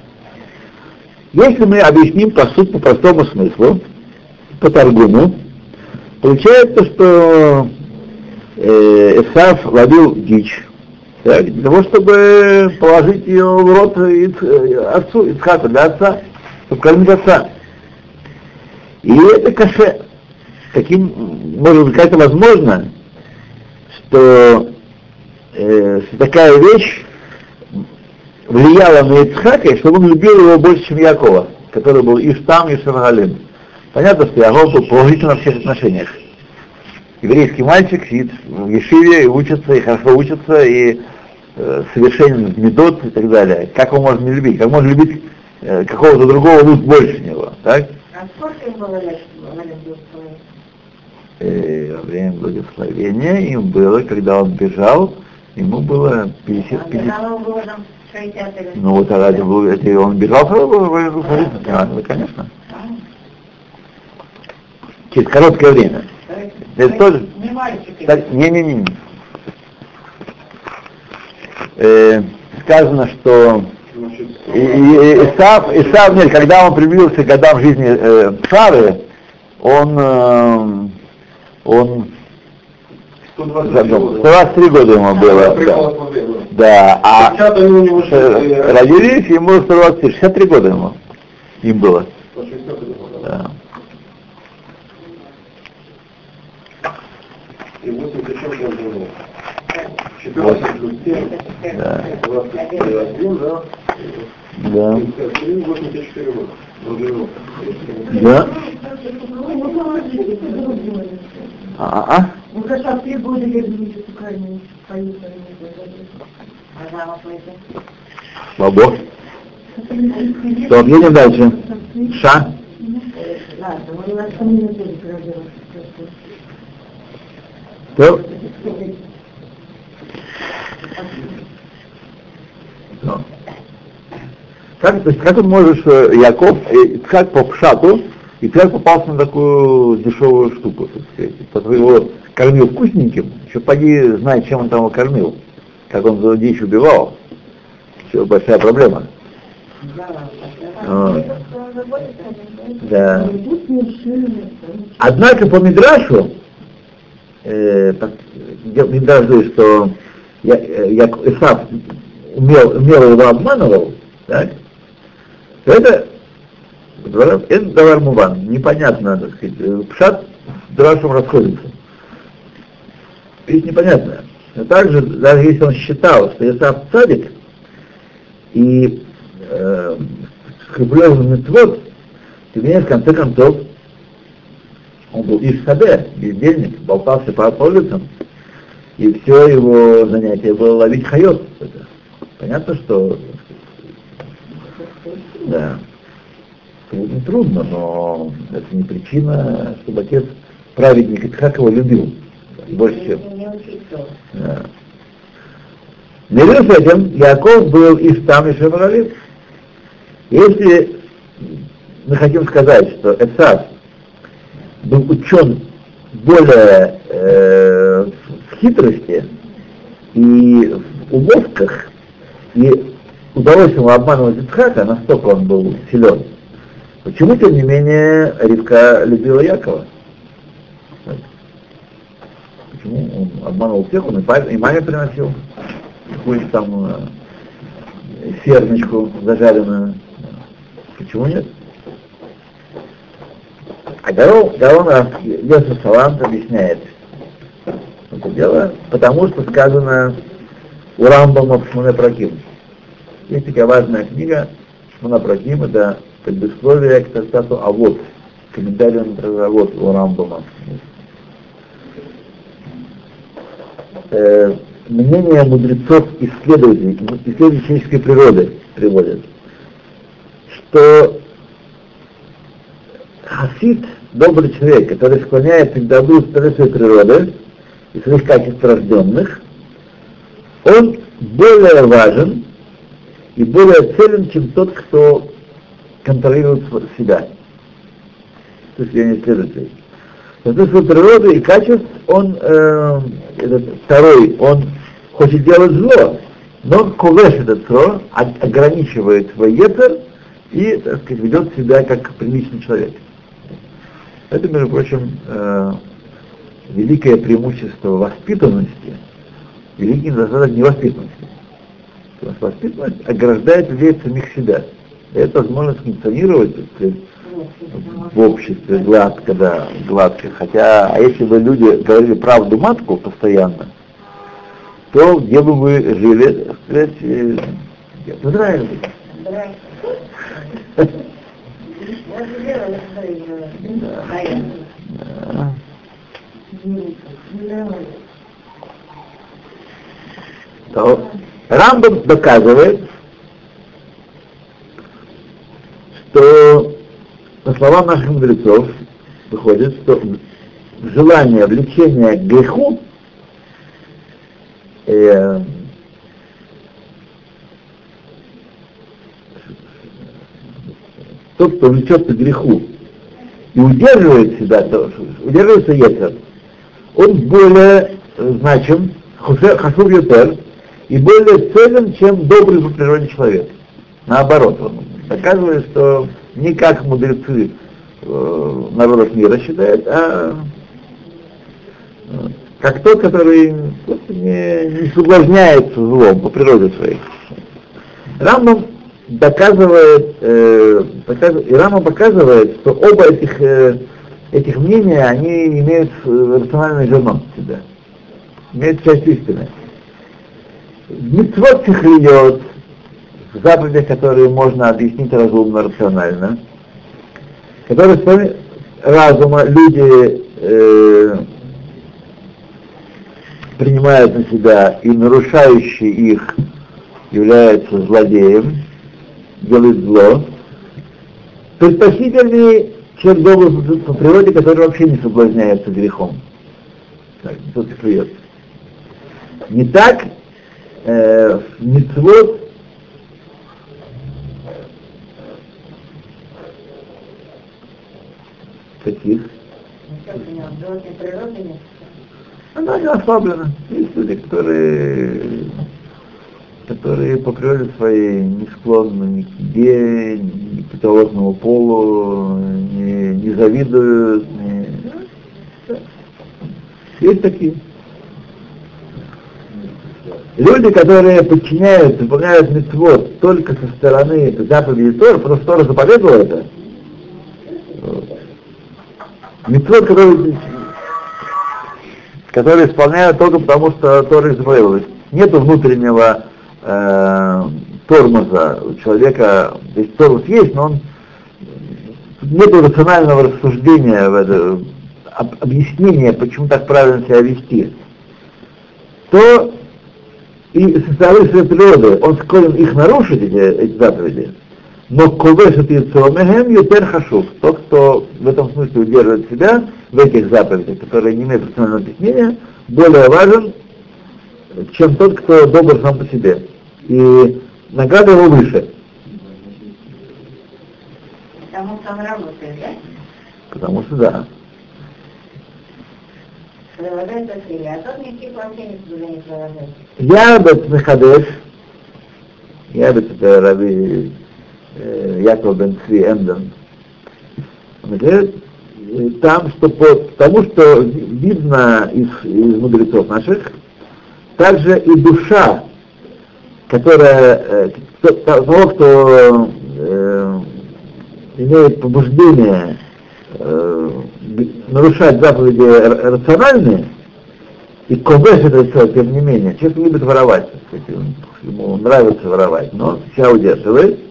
Если мы объясним посуд по простому смыслу, по Таргуму, получается, что Эсав ловил дичь, так, для того, чтобы положить ее в рот отцу, Ицхаку, для отца, чтобы кормить отца. И это каше. Каким, может быть, как-то возможно, что такая вещь влияла на Ицхака, чтобы он любил его больше, чем Якова, который был Иштам и Шамгалим. Понятно, что Яков был положительно во всех отношениях. Еврейский мальчик сидит в Ешиве и учится, и хорошо учится, и совершенен в медот и так далее. Как он может не любить? Как можно любить какого-то другого лучше больше него, так? А сколько им было лет во время благословения? Во время благословения им было, когда он бежал, ему было 50. Когда он было там 60 лет. Ну вот тогда он бежал, конечно. Через короткое время. Это тоже? Не мальчики. Не. Сказано, что Исав, нет, когда он приблизился к годам жизни Сары, он 123 года ему было. Да. А родились ему 63 года ему. Им было. Да. И 8 тысяч он 14 плюс 7, 21, да? Да. 84 года. Да. Ну, хорошо, 3 года вернусь в Украину, поехали. Бабо. То, едем дальше. Ша. Ладно, мы на самом деле проверим. То. Как ты можешь, Яков, как по пшату, и как попался на такую дешевую штуку, так сказать, потому его кормил вкусненьким, еще поди знает, чем он там его кормил, как он за дичь убивал, все большая проблема. Да. Однако по Мидрашу, Мидраш говорит, что Исав умело его обманывал, так? Это Давар Муван, непонятно, так сказать, пшат с Драшем расходится. Ведь непонятно. Но также, даже если он считал, что Исав цадик, и скрупулезный митцвот, тем не менее, в конце концов, он был Иш-Саде, бездельник, болтался по улицам, и все его занятие было ловить хайот. Это понятно, что да, не трудно, но это не причина, чтобы отец, праведник Ицхак, его любил. Больше всего. Да. Наряду с этим Яков был Иштам и Шамгалим. Если мы хотим сказать, что Эсав был учен более в хитрости и в уловках, и удалось ему обманывать Ицхака, настолько он был силен, почему, тем не менее, Ривка любила Якова? Почему он обманывал всех, он и маме приносил какую-то там серничку зажаренную. Почему нет? А Гаон Йосеф Салант объясняет это дело, потому что сказано у Рамбама в Шмоне Праким. Есть такая важная книга Шмона Праким, это предисловие к трактату Авот, комментарий на трактат Авот у Рамбама. Мнение мудрецов, исследователей человеческой природы приводят, что хасид, добрый человек, который склоняется к добру стороны своей природы и своих качеств рожденных, он более важен и более целен, чем тот, кто контролирует себя. То есть я не исследователь. Соответственно, природы и качеств, он, этот второй, он хочет делать зло, Но ковеш этот цро ограничивает свой ецер и, так сказать, ведет себя как приличный человек. Это, между прочим, великое преимущество воспитанности, великий недостаток невоспитанности. Потому что воспитанность ограждает людей от самих себя. Это возможность функционировать, так сказать, в обществе гладко, да, гладко. Хотя, а если бы люди говорили правду матку постоянно, то где бы вы жили, так сказать, в Израиле. То Рамбам доказывает, что, по словам наших мудрецов, выходит, что желание, влечение к греху тот, кто влечется к греху и удерживает себя, удерживается ецер, он более значим, хашув ютер, и более ценен, чем добрый по природе человек. Наоборот, он доказывает, что не как мудрецы народов мира считают, а как тот, который не соблазняется злом по природе своей. Рамбам доказывает, и Рамбам показывает, что оба этих мнения, они имеют рациональное зерно в себе, имеют часть истины. Мицвот цихлиот, в заповедях, которые можно объяснить разумно, рационально, которые с помощью разума люди принимают на себя, и нарушающий их является злодеем, делает зло, предпочтительнее, чем добрый по природе, который вообще не соблазняется грехом. Так, кто цифрует. Не так, мицвот каких? Она не ослаблена. Есть люди, которые по природе своей не склонны ни к еде, ни к противоположному полу, не завидуют. Есть такие. Люди, которые подчиняются, выполняют мицвот только со стороны заповедей Тора, просто Тора заповедовала это. Мицвот, которые исполняют только потому, что Тора их заповедовала. Нету внутреннего тормоза у человека, то есть тормоз есть, но нету рационального рассуждения, объяснения, почему так правильно себя вести. То и со стороны своей природы он склонен их нарушить, эти заповеди, но ковешет яцромехем ютер хашув. Тот, кто в этом смысле удерживает себя в этих заповедях, которые не имеют рационального объяснения, более важен, чем тот, кто добр сам по себе. И награда его выше. Потому что он работает, да? Потому что да. Прилагает усилия, а тот никаких вообще не прилагает. Ябет Мехадеш, Ябет это Раби Яков бен Цви Эмден, он говорит, там, что потому что видно из мудрецов наших, также и душа, которая того, кто имеет побуждение нарушать заповеди рациональные, и ковеш это все, тем не менее, человек любит воровать, ему нравится воровать, но он себя удерживает,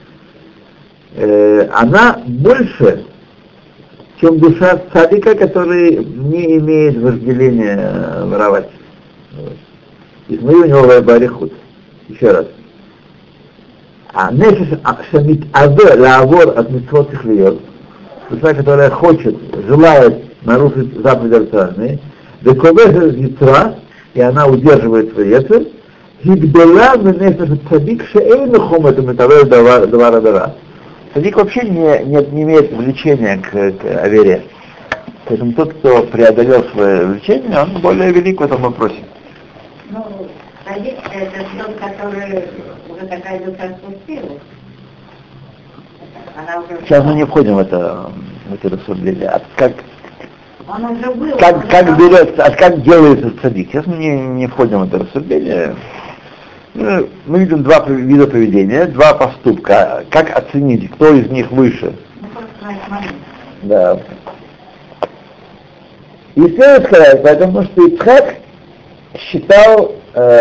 она больше, чем душа цадика, который не имеет вожделения воровать. И смотри, у него барихут. Еще раз. А нефиш шамит аве лавор от митцвот цихлиот, душа, которая хочет, желает нарушить заповеди рациональные, вековеш яцра, и она удерживает свой яцер, гигдела нефиш цадик шеэйну хомет метавэ давара дара. Цадик вообще не имеет влечения к авере. Поэтому тот, кто преодолел свое влечение, он более велик в этом вопросе. Ну, цадик это тот, тот, который уже такая душа спустилась. Она уже... Сейчас мы не входим в это рассуждение. Он уже был. Как берется, как делается цадик? Сейчас мы не входим в это рассуждение. Мы видим два вида поведения, два поступка. Как оценить, кто из них выше? Да. И следует сказать, потому что Ицхак считал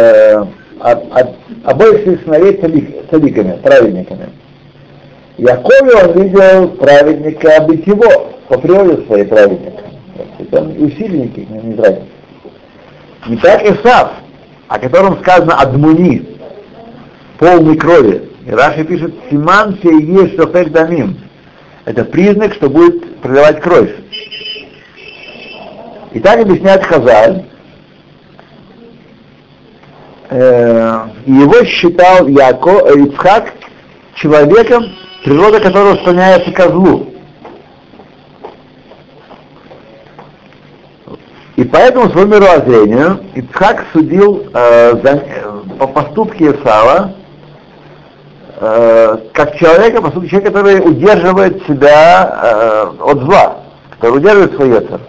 обоих своих сыновей цадиками, праведниками. Якове он видел праведника быть его, по природе своей праведника. Он усиленники, не разница. Не так Исав, о котором сказано Адмуни, полный крови. И Раши пишет, Симан ешь шофек дамим. Это признак, что будет проливать кровь. И так объясняет Хазаль. Его считал Ицхак человеком, природа которого склоняется ко злу. И поэтому своему мировоззрению Ицхак судил по поступке Исава как человека, по сути, человек, который удерживает себя от зла, который удерживает свой яцер.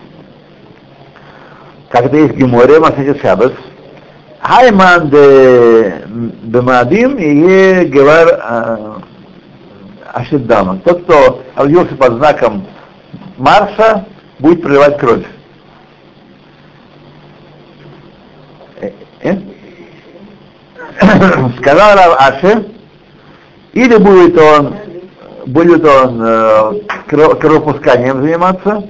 Как это есть в Геморе, Масехет Шаббат. Хайман де Маадим и Гевар Ашиддама. Тот, кто родился под знаком Марса, будет проливать кровь. Сказал Рав Аши, или будет он кровопусканием заниматься,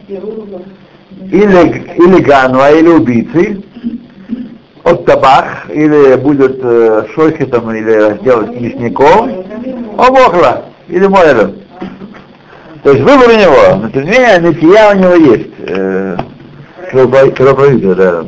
или ганва, или убийцей, от табах, или будет шойхетом, или делать мясником, обохла, или моэром. То есть выбор у него, но тем не менее, нытья у него есть, кровопролитие, да.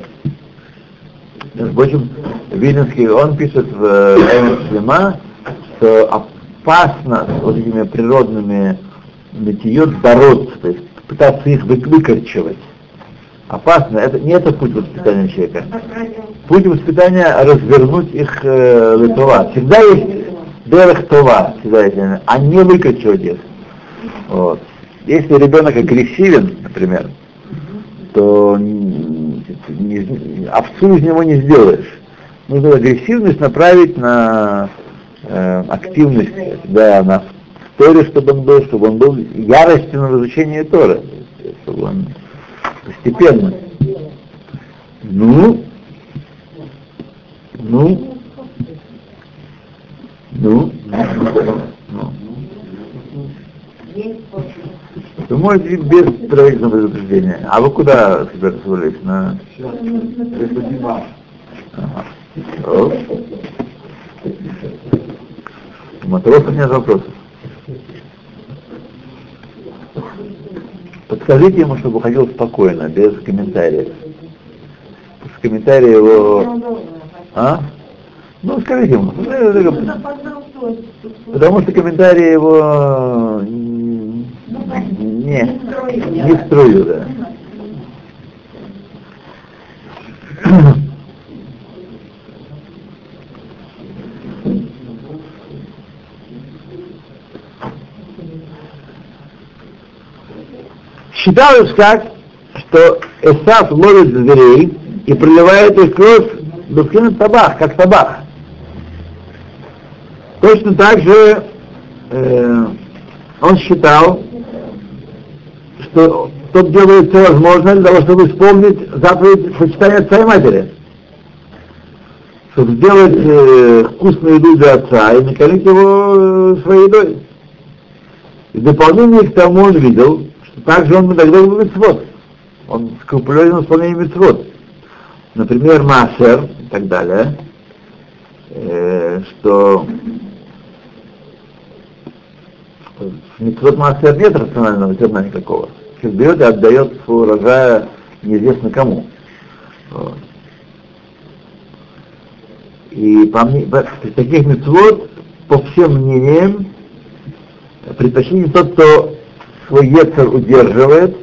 В общем, Вильнюсский, он пишет в Эмет Шлема, что опасно с вот этими природными нытьет бороться, то есть пытаться их выкорчевать. Опасно, это не это путь воспитания человека. Путь воспитания развернуть их летова. Всегда есть белых това, всегда есть, а не выкорчевать их. Вот. Если ребенок агрессивен, например, то овцу из него не сделаешь. Нужно агрессивность направить на активность, да, на Торе, чтобы он был яростен в изучении Торы, чтобы он постепенно. Ну. Вы можете без правительственного предупреждения. А вы куда собрались? На... Ага. У матросов нет вопросов. Подскажите ему, чтобы уходил спокойно, без комментариев. С комментариев его... А? Ну, скажите ему. Потому что комментарии его не в струю, да. Считалось как, что Эсав ловит зверей и проливает их кровь в табах, как табах. Точно так же он считал, что тот делает все возможное для того, чтобы исполнить заповедь почитания отца и матери. Чтобы сделать вкусную еду для отца и накормить его своей едой. И в дополнение к тому он видел, что также он иногда был мицвот. Он скрупулезен в исполнении мицвот. Например, Маасер и так далее, что в мицвот Маасер нет рационального зерна никакого. Человек берет и отдает свой урожай неизвестно кому. Вот. И при таких мицвот, по всем мнениям, предпочтение тот, кто свой ецер удерживает,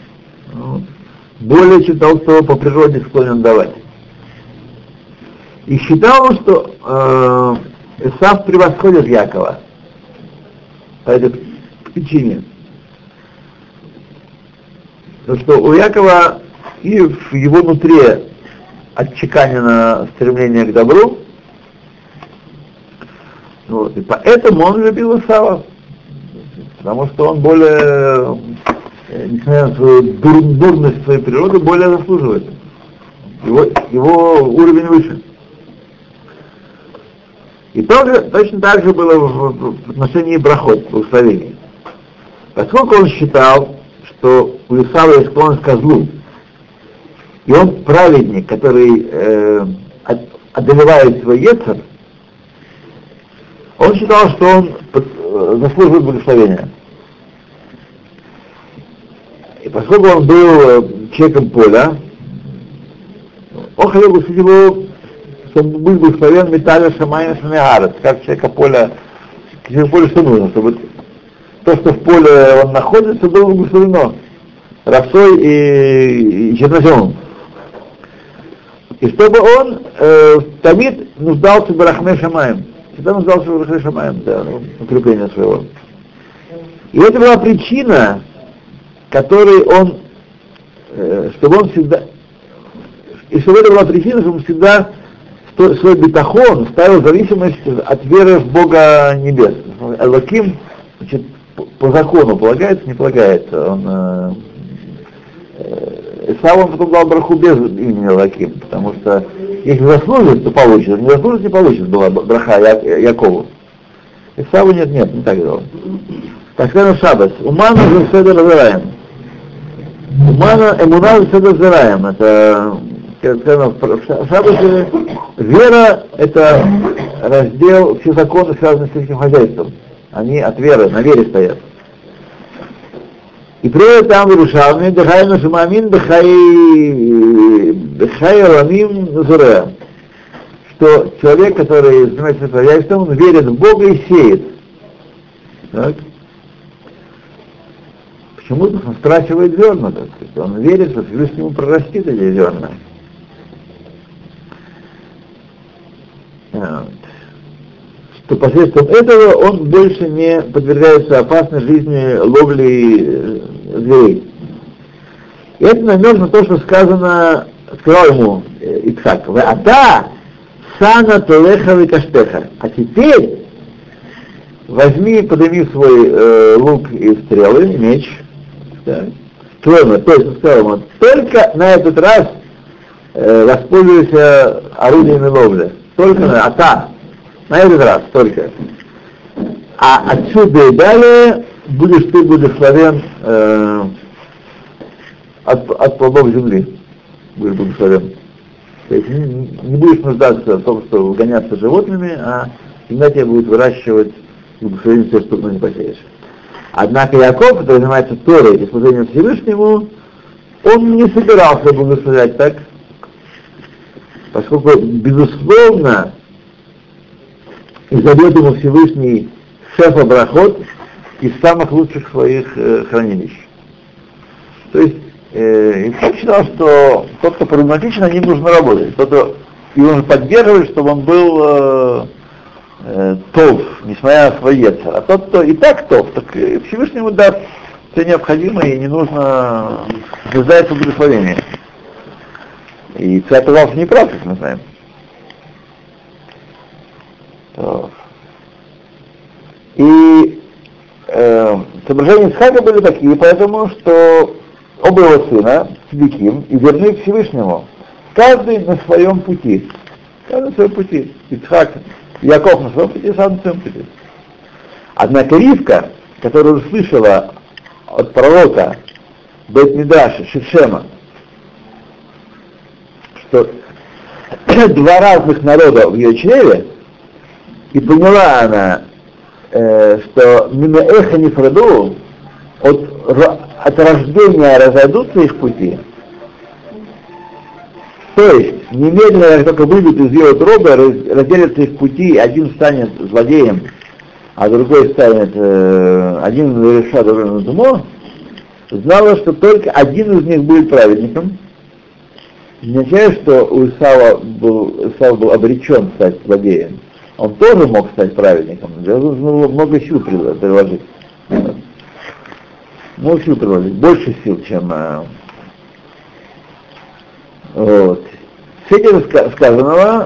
более чем того, кто по природе склонен давать. И И считал, что Исав превосходит Якова по этой причине. Потому что у Якова и в его нутре отчеканено стремление к добру, вот, и поэтому он любил Исава, потому что он более, несмотря на свою дурность своей природы, более заслуживает. Его уровень выше. И точно так же было в отношении брахот, благословений. Поскольку он считал, что у Исава есть склонность к злу, и он праведник, который одолевает свой ецер, он считал, что он заслуживает благословения. И поскольку он был человеком поля, он хотел бы его, чтобы был благословен металля шамайна шамиарец, как человека поля, к человеку поля что нужно, чтобы то, что в поле он находится, было благословено росой и черноземом. И чтобы он тамид нуждался в рахме шамаем. Всегда нуждался в рахме шамаем, да, укрепление своего. И это была причина, которой он, чтобы он всегда, и чтобы это была причина, чтобы он всегда свой битахон ставил в зависимость от веры в Бога небес. Элоким, значит, по закону полагается, не полагается. Он Исав он потом дал браху без имени Элоким, потому что если заслужит, то получит, не заслужит, не получит, была браха Якову. Исаву нет, не так делал. Так сказано Шаббас. Умана за седер зараем. Умана эмуна за седер зараем. Это сказано в Шаббасе. Вера — это раздел, все законы, связанные с сельским хозяйством. Они от веры, на вере стоят. И приводит там в Иерушалме, дыхай нашумамин, дыхай рамим назурея, что человек, который занимается хозяйством, он верит в Бога и сеет. Так? Почему-то он страчивает зерна, так сказать. Он верит, что Всевышнему прорастит эти зерна. Что посредством этого он больше не подвергается опасной жизни ловли зверей. И это намек на то, что сказал ему Ицхак: «Ата сана толеха векаштеха». А теперь возьми, подними свой лук и стрелы, меч, да, то есть сказал ему, только на этот раз воспользуйся орудиями ловли. Только на этот раз только. А отсюда и далее будешь ты благословен от плодов земли. Будешь благословен. То есть не будешь нуждаться в том, что гоняться животными, а земля тебя будет выращивать и благословение все, что ты не посеешь. Однако Яков, который занимается Торой и служением Всевышнему, он не собирался благословлять так, поскольку, безусловно, изобрет ему Всевышний шефа брахот из самых лучших своих хранилищ. То есть, Ицхак считал, что тот, кто проблематичен, ним нужно работать. Тот, и он поддерживает, чтобы он был тов, несмотря на свой ецер. А тот, кто и так тов, так Всевышнему даст все необходимое, и не нужно нуждаться в благословении. И Ицхак оказался неправ, как мы знаем. И соображения Ицхака были такие, поэтому что оба его сына, цадиким, и верны к Всевышнему, каждый на своем пути. Каждый на своем пути. Ицхак, Яков на своем пути, сам на своем пути. Однако Ривка, которая услышала от пророка Бейт-Мидраша, Шешема, что два разных народа в ее чреве, и поняла она, что мимеэха нефраду, от рождения разойдутся их пути. То есть, немедленно, как только выйдут из ее утробы, разделятся их пути, один станет злодеем, а другой станет, один решат, другой на думо, знала, что только один из них будет праведником, Не означает, что Исав был обречен стать злодеем. Он тоже мог стать праведником, нужно было много сил приложить. Много сил приложить, больше сил, чем... Вот. С этим сказанного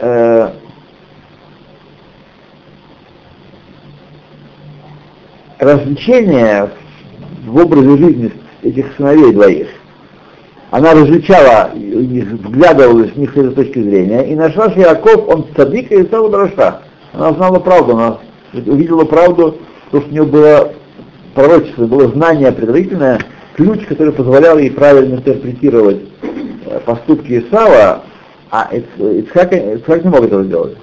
развлечение в образе жизни этих сыновей двоих. Она различала, вглядывалась в них с этой точки зрения, и нашла, что Яков, он цадик и Исав раша. Она знала правду, она увидела правду, то, что у нее было пророчество, было знание предварительное, ключ, который позволял ей правильно интерпретировать поступки Исава, а Ицхак не мог этого сделать.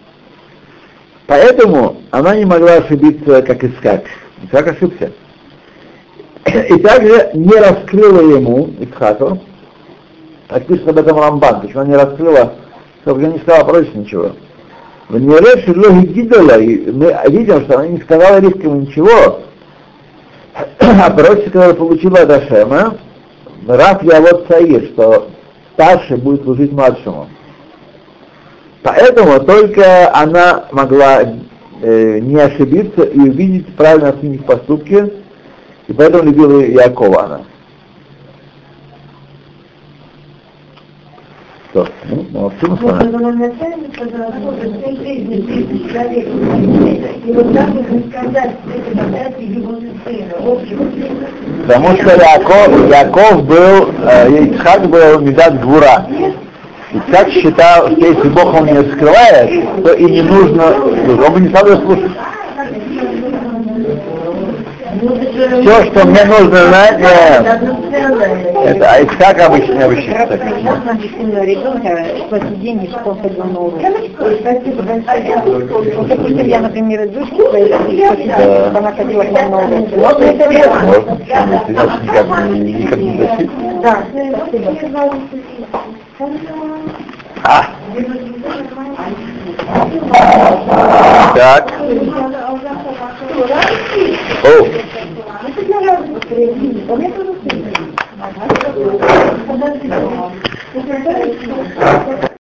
Поэтому она не могла ошибиться, как Ицхак. Ицхак ошибся. И также не раскрыла ему, Ицхаку, как пишет об этом Рамбан, почему она не раскрыла, чтобы не сказала пророчество ничего. В Нереш Логи Гидола, и мы видим, что она не сказала Ривкому ничего, а пророчество, которое получила от Ашема, Раф Явот Цаир, что старший будет служить младшему. Поэтому только она могла не ошибиться и увидеть правильно оценить поступки, и поэтому любила Якова она. Что? Ну, молодцы мы с вами. Потому что Яков был, Ицхак был Медат Гвура. Ицхак считал, что если Бог он не скрывает, то и не нужно, он бы не стал ее слушать. Все, что мне нужно знать, это, а Ицхак обычно так. Ребенка платить деньги, что он ходил на урок. Допустим, я, например, дочке своей, она ходила к нам на урок. Можно это делать? Никак не защитить? Да, спасибо. Так. О.